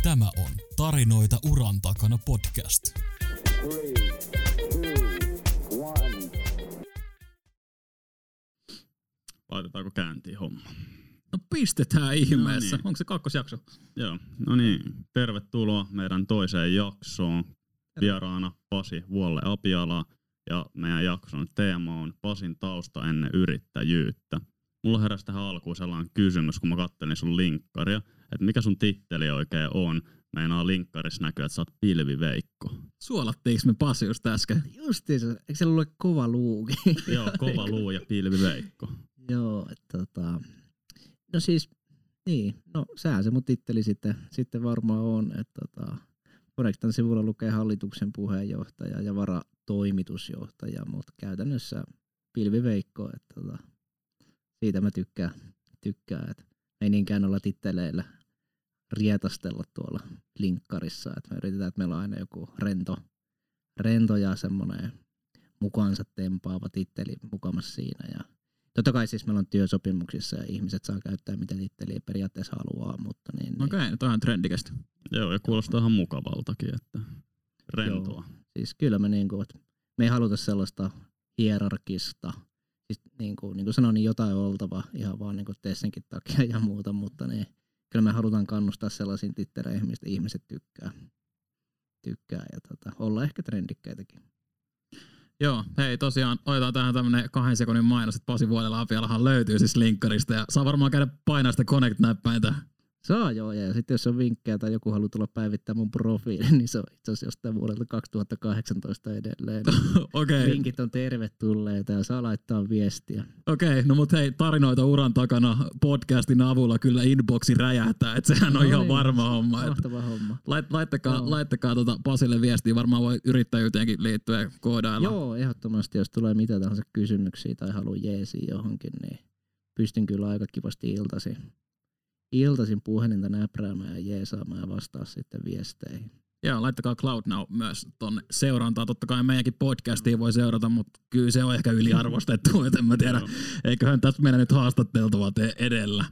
Tämä on Tarinoita uran takana podcast. 3, 2, 1. Laitetaanko käyntiin homma? No pistetään ihmeessä. No niin. Onko se kakkosjakso? Joo, no niin. Tervetuloa meidän toiseen jaksoon. Vieraana Pasi Vuolle-Apiala ja meidän jakson teema on Pasin tausta ennen yrittäjyyttä. Mulla heräsi tähän alkuun sellainen kysymys, kun mä kattelin sun linkkaria, että mikä sun titteli oikein on. Meinaa linkkarissa näkyy, että sä oot Pilviveikko. Suolattiinko me Pasi just äsken? Justiinsa, eikö siellä ole kova luukin? Joo, kova luu ja Pilviveikko. Joo, no siis, niin, no sehän se mun titteli sitten varmaan on, että Connectan sivulla lukee hallituksen puheenjohtaja ja varatoimitusjohtaja, mutta käytännössä Pilviveikko, että siitä mä tykkään, että ei niinkään olla titteleillä rietastella tuolla linkkarissa, että me yritetään, että meillä on aina joku rento ja semmoinen mukaansa tempaava titteli mukamassa siinä. Ja totta kai siis meillä on työsopimuksissa ja ihmiset saa käyttää mitä titteliä periaatteessa haluaa, mutta niin. Okei, no toi on trendikästä. Joo, ja kuulostaa ihan mukavaltakin, että rentoa. Joo, siis kyllä me että me ei haluta sellaista hierarkista, siis niin kuin sanoin, niin jotain oltava ihan vaan niin tee senkin takia ja muuta, mutta niin kyllä me halutaan kannustaa sellaisiin titteleihin, mistä ihmiset tykkää ja olla ehkä trendikkäitäkin. Joo, hei tosiaan otetaan tähän tämmönen 2 sekunnin mainos, että Pasi Vuolle-Apialahan löytyy siis linkkarista ja saa varmaan käydä painaa sitä Connect-näppäintä. Saa joo, ja sitten jos on vinkkejä tai joku haluaa tulla päivittämään mun profiilin, niin se on itse asiassa jostain vuodelta 2018 edelleen. Okei. Vinkit on tervetulleita ja saa laittaa viestiä. Okei, no mut hei, tarinoita uran takana podcastin avulla kyllä inboxi räjähtää, että sehän on ihan varma homma. Mahtava homma. Laittakaa Pasille viestiä, varmaan voi yrittäjyyteenkin liittyä ja koodailla. Joo, ehdottomasti, jos tulee mitä tahansa kysymyksiä tai haluaa jeesiä johonkin, niin pystyn kyllä aika kivasti iltaisin puhelinta näpräämään ja jeesaamaan ja vastaa sitten viesteihin. Joo, laittakaa CloudNow myös tonne seurantaa. Totta kai meidänkin podcastia voi seurata, mutta kyllä se on ehkä yliarvostettu, et en mä tiedä. Eiköhän tässä meidän nyt haastateltavaa tee edellä.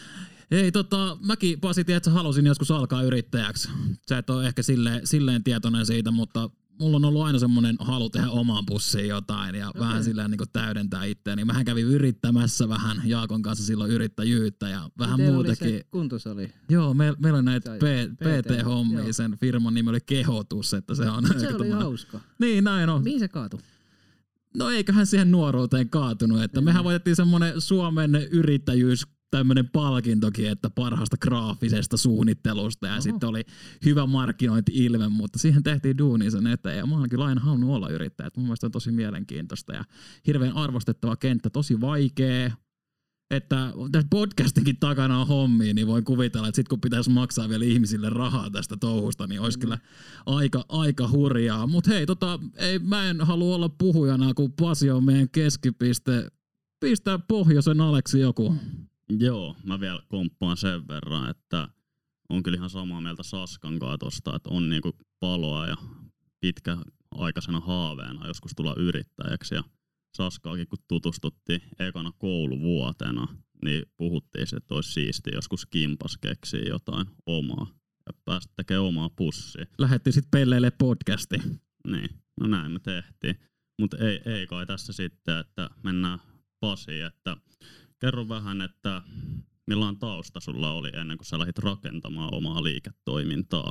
Ei mäkin Pasi, tiedät, halusin joskus alkaa yrittäjäksi. Sä et ole ehkä silleen tietoinen siitä, mutta mulla on ollut aina semmoinen halu tehdä omaan pussiin jotain ja vähän silleen niin kuin täydentää itseäni. Mähän kävin yrittämässä vähän Jaakon kanssa silloin yrittäjyyttä ja vähän muutenkin. Oli se kuntosali? Joo, meillä on näitä PT-hommia, sen firman nimi oli Kehotus, että se on. Se oli hauska. Niin, näin on. Mihin se kaatui? No eiköhän siihen nuoruuteen kaatunut, että mehän voitettiin semmoinen Suomen yrittäjyys tämmöinen palkintokin, että parhaasta graafisesta suunnittelusta ja sitten oli hyvä markkinointi-ilme, mutta siihen tehtiin duunia sen eteen ja mä oon kyllä aina halunnut olla yrittäjä. Mun mielestä on tosi mielenkiintoista ja hirveän arvostettava kenttä, tosi vaikea. Että tässä podcastinkin takana on hommia, niin voin kuvitella, että sit kun pitäisi maksaa vielä ihmisille rahaa tästä touhusta, niin olisi kyllä aika hurjaa. Mutta hei, mä en halua olla puhujana, kun Pasi on meidän keskipiste. Pistää Pohjoisen Aleksi joku. Joo, mä vielä komppaan sen verran, että on kyllä ihan samaa mieltä Saskan kanssa tosta, että on niinku paloa ja pitkäaikaisena haaveena joskus tulla yrittäjäksi. Ja Saskaakin kun tutustuttiin ekana kouluvuotena, niin puhuttiin, että olisi siistiä joskus kimpas keksiä jotain omaa ja päästä tekemään omaa pussia. Lähettiin sitten pelleille podcasti. Niin, no näin me tehtiin. Mutta ei kai tässä sitten, että mennään Pasiin, että kerro vähän, että millainen tausta sulla oli ennen kuin sä lähdit rakentamaan omaa liiketoimintaa?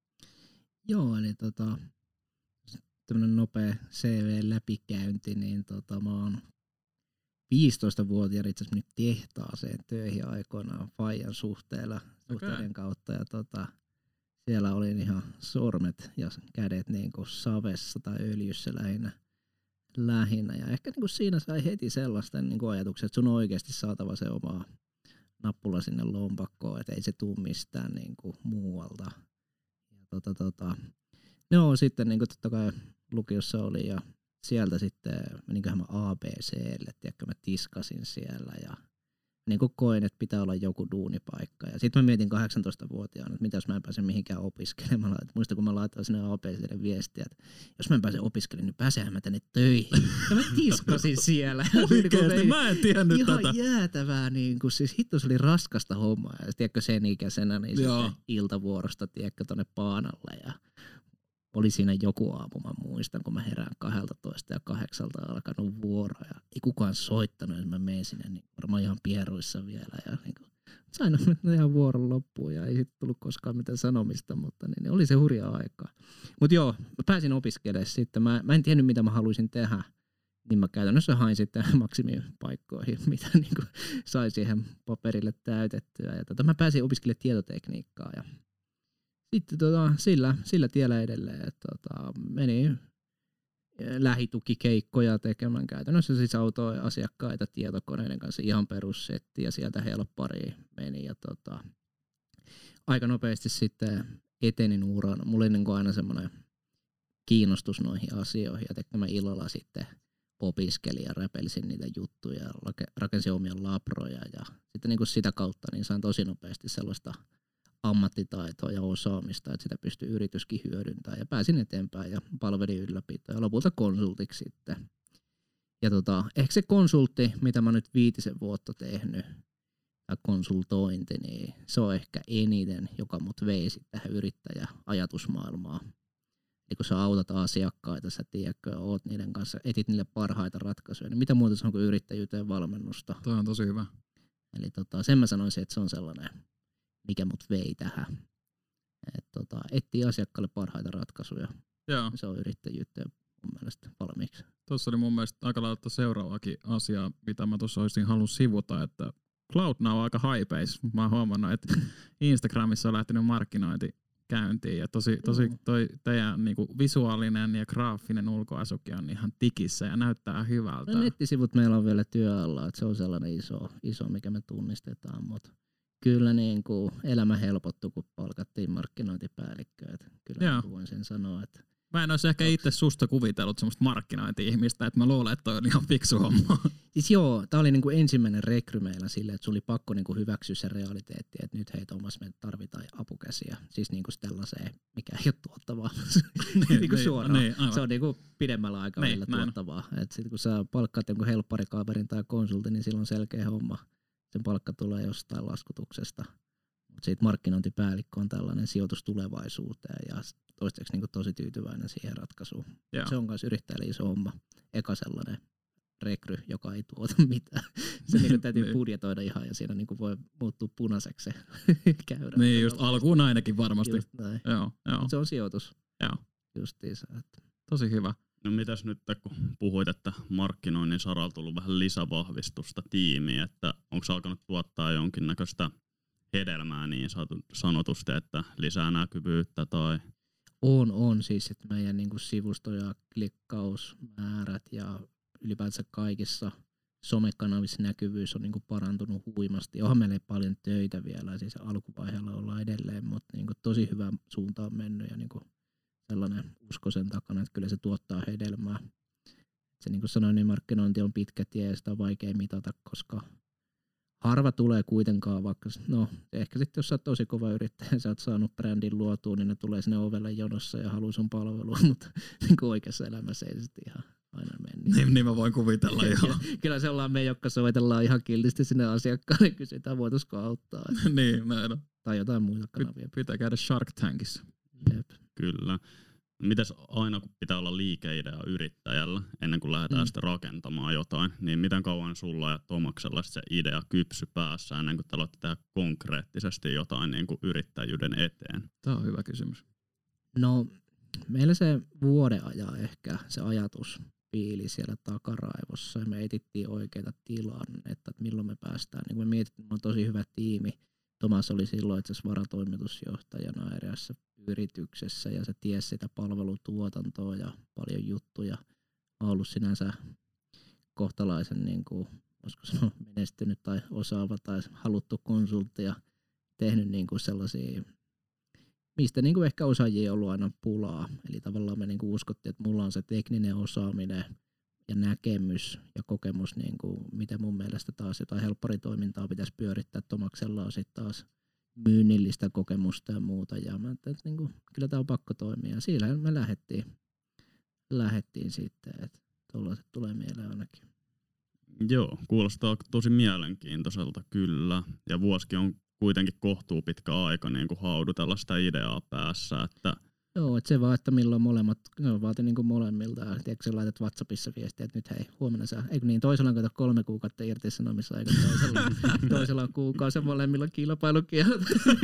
Joo, eli tämmönen nopea CV-läpikäynti, niin mä oon 15-vuotiaana itse asiassa mennyt tehtaaseen töihin aikoinaan Fajan suhteiden kautta ja siellä oli ihan sormet ja kädet niin kuin savessa tai öljyssä lähinnä. Ja ehkä niin kuin siinä sai heti sellaisten niin kuin ajatukset, että sun on oikeasti saatava se oma nappula sinne lompakkoon, että ei se tule mistään niin kuin muualta. Ja no sitten niin kuin totta kai lukiossa oli ja sieltä sitten meninköhän mä ABClle, tiedätkö, mä tiskasin siellä ja niin kuin koin, että pitää olla joku duunipaikka. Ja sitten mä mietin 18-vuotiaana, että mitä jos mä en pääse mihinkään opiskelemaan. Muista kun mä laitoin sinne APC:lle viestiä, että jos mä en pääse opiskelemaan, niin pääsehän mä tänne töihin. Ja mä tiskasin siellä. Oikeesti, mä en tiennyt ihan tätä. jäätävää, niin kuin, siis hitto se oli raskasta hommaa. Ja tiedätkö sen ikäisenä, niin sitten iltavuorosta, tiedätkö, tonne Paanalle. Ja oli siinä joku aamu, mä muistan, kun mä herään 12 ja 8 alkanut vuoro ja ei kukaan soittanut, ja mä menin sinne, niin varmaan ihan pieruissa vielä. Ja niin kuin, sain ihan vuoron loppuun ja ei sitten tullut koskaan mitään sanomista, mutta niin oli se hurjaa aikaa. Mutta joo, mä pääsin opiskelemaan sitten. Mä en tiennyt, mitä mä haluaisin tehdä, niin mä käytännössä hain sitten maksimipaikkoihin, mitä niin kuin sai siihen paperille täytettyä. Ja mä pääsin opiskelemaan tietotekniikkaa ja sitten sillä tiellä edelleen, että meni lähitukikeikkoja tekemään käytännössä siis autoja asiakkaita tietokoneiden kanssa ihan perussetti ja sieltä helppariin meni ja aika nopeasti sitten etenin urana. Mulla oli niin kuin aina semmoinen kiinnostus noihin asioihin ja mä ilolla sitten opiskelin ja räpelisin niitä juttuja ja rakensin omia labroja ja sitten niin kuin sitä kautta niin sain tosi nopeasti sellaista ammattitaitoa ja osaamista, että sitä pystyy yrityskin hyödyntämään ja pääsin eteenpäin ja palvelin ylläpitoa ja lopulta konsultiksi sitten. Ja ehkä se konsultti, mitä mä nyt 5 vuotta tehnyt ja konsultointi, niin se on ehkä eniten, joka mut veisi tähän yrittäjäajatusmaailmaan. Eli kun sä autat asiakkaita, sä tiedätkö, oot niiden kanssa, etit niille parhaita ratkaisuja, niin mitä muuta se on kuin yrittäjyyteen valmennusta. Toi on tosi hyvä. Eli sen mä sanoisin, että se on sellainen, mikä mut vei tähän. Että etsii asiakkaalle parhaita ratkaisuja. Joo. Se on yrittäjyyttä mun mielestä valmiiksi. Tuossa oli mun mielestä aika lailla seuraavakin asia, mitä mä tuossa olisin halunnut sivuta, että CloudNow on aika hypeis. Mä oon huomannut, että Instagramissa on lähtenyt markkinointi käyntiin ja tosi toi teidän niinku visuaalinen ja graafinen ulkoasukin on ihan tikissä ja näyttää hyvältä. No, nettisivut meillä on vielä työalla, että se on sellainen iso mikä me tunnistetaan, mutta kyllä niin kuin elämä helpottui, kun palkattiin markkinointipäällikköä. Kyllä voin sen sanoa, että mä en olisi ehkä itse susta kuvitellut semmoista markkinointi-ihmistä, että mä luulen, että toi on ihan fiksu homma. Siis joo, tää oli niinku ensimmäinen rekry meillä silleen, että sun oli pakko niinku hyväksyä se realiteetti, että nyt hei Thomas, me tarvitaan apukäsiä. Siis niinku sellaiseen, mikä ei ole tuottavaa. Niinku suoraan. Se on niinku pidemmällä aikavälillä tuottavaa. Et sit kun sä palkkaat jonkun helpparikaverin tai konsultin, niin silloin on selkeä homma. Sen palkka tulee jostain laskutuksesta. Mutta siitä markkinointipäällikkö on tällainen sijoitus tulevaisuuteen ja toistaiseksi niinku tosi tyytyväinen siihen ratkaisuun. Joo. Se on myös yrittäjälle iso homma. Eka sellainen rekry, joka ei tuota mitään. Se niinku täytyy budjetoida ihan ja siinä niinku voi muuttua punaiseksi se käyrä. Niin just alkuun ainakin varmasti. Joo. Se on sijoitus. Joo. Justiinsa. Tosi hyvä. No mitäs nyt, kun puhuit, että markkinoinnin saralla on tullut vähän lisävahvistusta tiimiin, että onko alkanut tuottaa jonkinnäköistä hedelmää niin sanotusti, että lisää näkyvyyttä tai? On siis, että meidän niin kuin sivusto- ja klikkausmäärät ja ylipäänsä kaikissa somekanavissa näkyvyys on niin kuin parantunut huimasti. Onhan meillä paljon töitä vielä, siis alkuvaiheella ollaan edelleen, mutta niin kuin tosi hyvä suunta on mennyt ja niin kuin sellainen usko sen takana, että kyllä se tuottaa hedelmää. Se niin kuin sanoin, niin markkinointi on pitkä tie ja sitä on vaikea mitata, koska harva tulee kuitenkaan, vaikka no ehkä sitten jos sä oot tosi kova yrittäjä ja sä oot saanut brändin luotua, niin ne tulee sinne ovelle jonossa ja haluaa sun palvelua, mutta niin kuin oikeassa elämässä ei sitten ihan aina mene. Niin mä voin kuvitella joo. Kyllä se ollaan me, jotka soitellaan ihan kiltisti sinne asiakkaalle ja kysytään, voitaisiko auttaa. Niin, näin on. Tai jotain muita kanavia. Pitää käydä Shark Tankissa. Jep. Kyllä. Mites aina kun pitää olla liikeidea yrittäjällä ennen kuin lähdetään sitten rakentamaan jotain, niin miten kauan sulla ja Tomaksella se idea kypsy päässä ennen kuin te aloitte tehdä konkreettisesti jotain niin kuin yrittäjyyden eteen? Tämä on hyvä kysymys. No meillä se vuoden ajan ehkä se ajatus piili siellä takaraivossa ja me etittiin oikeita tilannetta, että milloin me päästään. Niin me mietittiin, että on tosi hyvä tiimi. Tomas oli silloin itse asiassa varatoimitusjohtajana eräässä yrityksessä ja se tiesi sitä palvelutuotantoa ja paljon juttuja. On ollut sinänsä kohtalaisen niin kuin, voisiko sanoa, menestynyt tai osaava tai haluttu konsultti ja tehnyt niin kuin sellaisia, mistä niin kuin ehkä osaajia on ollut aina pulaa. Eli tavallaan me niin kuin uskottiin, että mulla on se tekninen osaaminen, ja näkemys ja kokemus, niin kuin, miten mun mielestä taas jotain helpparitoimintaa pitäisi pyörittää. Tomaksella on sitten taas myynnillistä kokemusta ja muuta. Ja mä ajattelin, että niin kuin, kyllä tämä on pakko toimia. Ja siinä me lähdettiin sitten, että tuollaiset tulee mieleen ainakin. Joo, kuulostaa tosi mielenkiintoiselta kyllä. Ja vuosikin on kuitenkin kohtuu pitkä aika niin kuin haudutella sitä ideaa päässä. Että Joo, että se vaan, että milloin molemmat, ne vaati niin kuin molemmilta. Ja tiedätkö, sä laitat WhatsAppissa viestiä, että nyt hei, huomenna saa. Eikö niin, toisella on kato 3 kuukautta irtisanomissa, eikä toisella on kuukausi ja molemmilla kilpailukielto.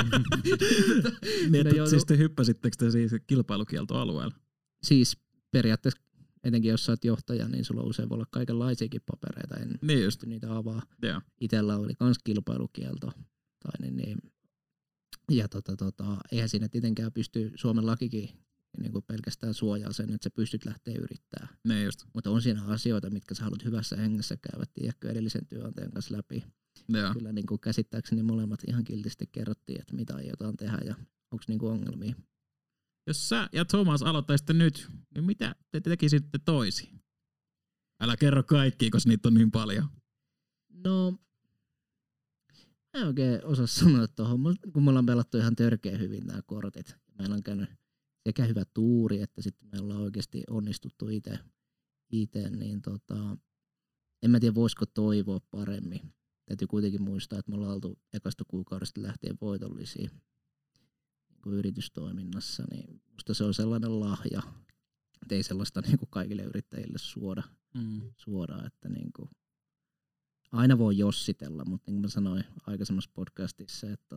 Siis te hyppäsittekö te siis kilpailukieltoalueella? Siis periaatteessa, etenkin jos sä oot johtaja, niin sulla usein voi olla kaikenlaisiakin papereita. En Niin just. pysty niitä avaa. Joo. Itellä oli kans kilpailukielto. Tai niin. Ja eihän siinä tietenkään pysty, Suomen lakikin niin kuin pelkästään suojaa sen, että sä pystyt lähteä yrittämään. Niin just. Mutta on siinä asioita, mitkä sä haluat hyvässä hengessä käydä, tiedätkö, edellisen työnantajan kanssa läpi. Joo. Kyllä niin kuin käsittääkseni molemmat ihan kiltisti kerrottiin, että mitä aiotaan tehdä ja onko niin kuin ongelmia. Jos sä ja Thomas aloittaisitte nyt, niin mitä te tekisitte toisin? Älä kerro kaikkia, koska niitä on niin paljon. No, mä en oikein osaa sanoa tuohon, kun me ollaan pelattu ihan törkeä hyvin nämä kortit. Meillä on käynyt sekä hyvä tuuri, että sitten me ollaan oikeasti onnistuttu itse niin en mä tiedä voisiko toivoa paremmin. Täytyy kuitenkin muistaa, että me ollaan oltu ekasta kuukaudesta lähtien voitollisia niin kuin yritystoiminnassa, niin musta se on sellainen lahja, että ei sellaista niin kuin kaikille yrittäjille suoda, että niin kuin aina voi jossitella, mutta niin kuin mä sanoin aikaisemmassa podcastissa, että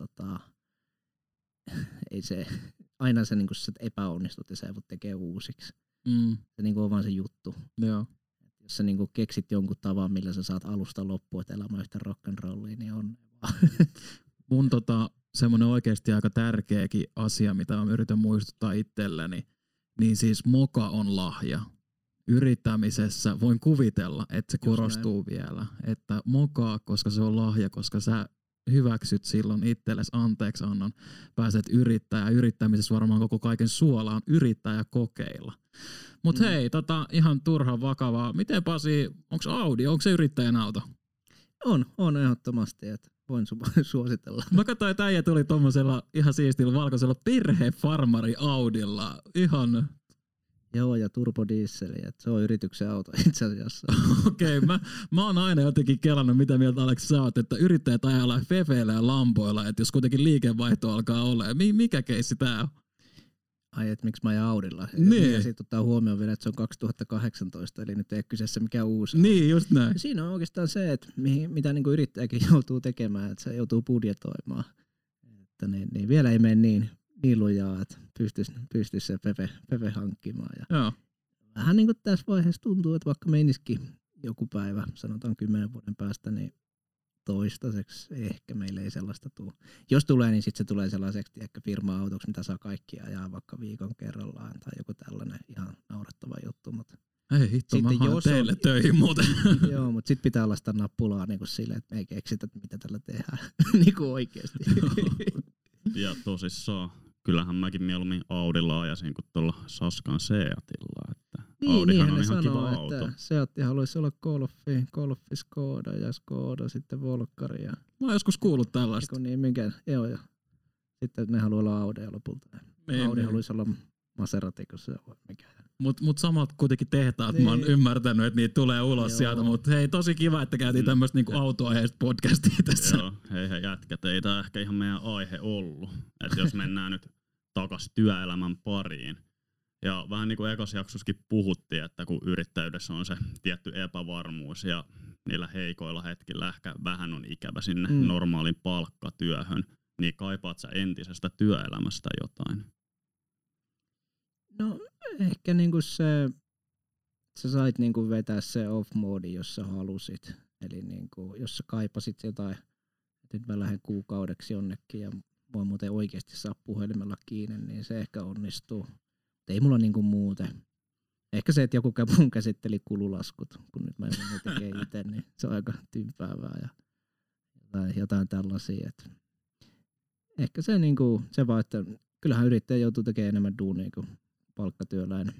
ei se, aina se, niin kuin sä epäonnistut ja sä ei voi tekee uusiksi. Se niin kuin on vaan se juttu. Joo. Jos sä niin kuin keksit jonkun tavan, millä sä saat alusta loppuun, että elämä yhtä rock'n'rollia, niin on vaan. Mun semmonen oikeasti aika tärkeäkin asia, mitä mä yritän muistuttaa itselleni, niin siis moka on lahja. Yrittämisessä voin kuvitella, että se korostuu vielä, että mokaa, koska se on lahja, koska sä hyväksyt silloin itsellesi anteeksiannon, pääset yrittämään. Yrittämisessä varmaan koko kaiken suola on yrittää ja kokeilla. Mutta hei, ihan turhan vakavaa. Miten Pasi, onko Audi, onko se yrittäjän auto? On ehdottomasti, että voin suositella. Mä katsoin, että äijä tuli tommosella ihan siistillä valkoisella perhefarmari Audilla. Ihan. Joo, ja turbodieseli, että se on yrityksen auto itse asiassa. Okei, mä oon aina jotenkin kelannut, mitä mieltä Aleksi sä oot, että yrittäjät ajalla Fefeillä ja Lamboilla, että jos kuitenkin liikevaihto alkaa olla. Mikä keissi tää on? Ai, että miksi mä ajan Audilla? Niin. Ja sitten ottaa huomioon vielä, että se on 2018, eli nyt ei ole kyseessä mikään uusi. Niin, just näin. Siinä on oikeastaan se, että mitä niin kuin yrittäjäkin joutuu tekemään, että se joutuu budjetoimaan. Että niin vielä ei mene niin lujaa, että pystyisi se Pepe hankkimaan. Ja Joo. vähän niin kuin tässä vaiheessa tuntuu, että vaikka menisikin joku päivä, sanotaan 10 vuoden päästä, niin toistaiseksi ehkä meillä ei sellaista tule. Jos tulee, niin sitten se tulee sellaiseksi ehkä firma-autoksi, mitä saa kaikki ajaa vaikka viikon kerrallaan tai joku tällainen ihan naurattava juttu. Mutta ei hitto, mä haen teille töihin muuten. Joo, mutta sitten pitää olla sitä nappulaa niin kuin silleen, että me ei keksitä, mitä tällä tehdään niin kuin oikeasti. Ja tosissaan, kyllähän mäkin mieluummin Audilla ajasin kuin tuolla Saskan Seatilla. Että Audihan on ihan kiva auto. Että Seatti haluaisi olla Golfi Skoda ja Skoda sitten Volkkari. Ja mä oon joskus kuullut tällaista. Niin, joo, ja sitten ne haluaa olla Audeja lopulta. Audi haluaisi olla Maserati, kun se on mikään. Mut samat kuitenkin tehtaat, niin. Mä oon ymmärtänyt, että niitä tulee ulos sieltä, mutta hei, tosi kiva, että käytiin tämmöistä niinku autoaiheista podcastia tässä. Joo, hei jätkät, ei tää ehkä ihan meidän aihe ollut. Että jos mennään nyt takas työelämän pariin. Ja vähän niin kuin ekassa jaksossakin puhuttiin, että kun yrittäjyydessä on se tietty epävarmuus ja niillä heikoilla hetkillä ehkä vähän on ikävä sinne normaalin palkkatyöhön, niin kaipaat sä entisestä työelämästä jotain? No ehkä niinku sä sait niinku vetää se off-moodi, jos sä halusit. Eli niinku, jos sä kaipasit jotain, että nyt mä lähden kuukaudeksi jonnekin ja voi muuten oikeasti saa puhelimella kiinni, niin se ehkä onnistuu. Ei mulla niinku muuten. Ehkä se, että joku mun käsitteli kululaskut, kun nyt mä ne tekee itse, niin se on aika tympäävää ja jotain tällaisia. Että ehkä se, niinku, se vaan, että kyllähän yrittäjä joutuu tekemään enemmän duunia kuin palkkatyöläinen.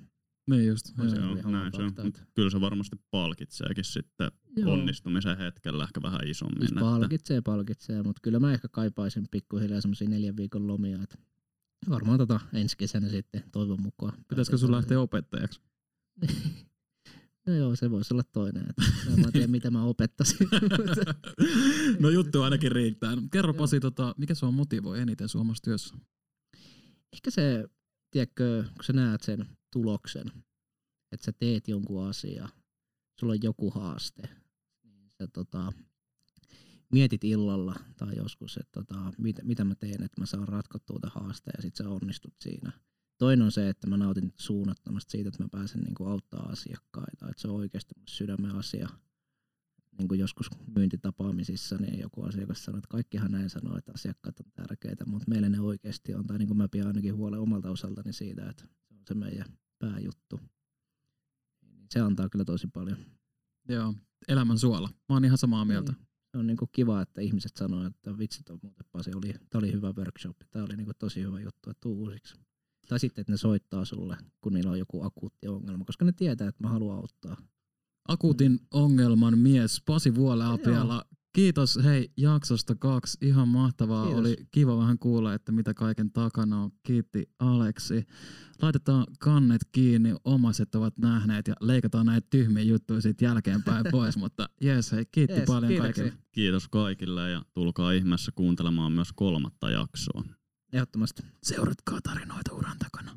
Niin just. On se Joo, ihan näin se on. fakta, että- Kyllä se varmasti palkitseekin sitten Joo. onnistumisen hetkellä ehkä vähän isommin. Siis palkitsee, mutta kyllä mä ehkä kaipaisin pikkuhiljaa semmosia 4 viikon lomia, että varmaan ensi kesänä sitten toivon mukaan. Pitäisikö sun lähteä opettajaksi? No joo, se voisi olla toinen. Että mä en tiedä, mitä mä opettaisin. No juttu ainakin riittää. Kerro Pasi, mikä sua motivoi eniten sun omassa työssä? Ehkä se, tiedätkö, kun sä näet sen tuloksen, että sä teet jonkun asian, sulla on joku haaste, niin sä mietit illalla tai joskus, että mitä mä teen, että mä saan ratkottua tämän haasteen ja sit sä onnistut siinä. Toinen on se, että mä nautin suunnattomasti siitä, että mä pääsen niinku auttaa asiakkaita, että se on oikeasti mun sydämen asia. Niin kuin joskus myyntitapaamisissa, niin joku asiakas sanoi, että kaikkihan näin sanoo, että asiakkaat on tärkeitä, mutta meille ne oikeasti on, tai niin kuin mä pidän ainakin huolen omalta osaltani siitä, että se on se meidän pääjuttu. Se antaa kyllä tosi paljon. Joo, elämän suola. Mä oon ihan samaa mieltä. Se on niinku kiva, että ihmiset sanoo, että vitsit on muuten Pasi, tää oli hyvä workshop, tää oli niinku tosi hyvä juttu, että tuu uusiksi. Tai sitten, että ne soittaa sulle, kun niillä on joku akuutti ongelma, koska ne tietää, että mä haluan auttaa. Akuutin ongelman mies Pasi Vuoleapiala. Kiitos hei jaksosta 2. Ihan mahtavaa. Kiitos. Oli kiva vähän kuulla, että mitä kaiken takana on. Kiitti Aleksi. Laitetaan kannet kiinni, omaiset ovat nähneet ja leikataan näitä tyhmiä juttuja siitä jälkeenpäin pois. Mutta jes hei, kiitti paljon kiitoksia. kaikille. Kiitos kaikille ja tulkaa ihmeessä kuuntelemaan myös 3. jaksoa. Ehdottomasti. Seuratkaa tarinoita uran takana.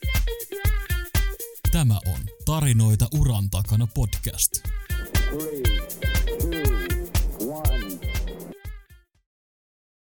Tämä on Tarinoita uran takana podcast. 3,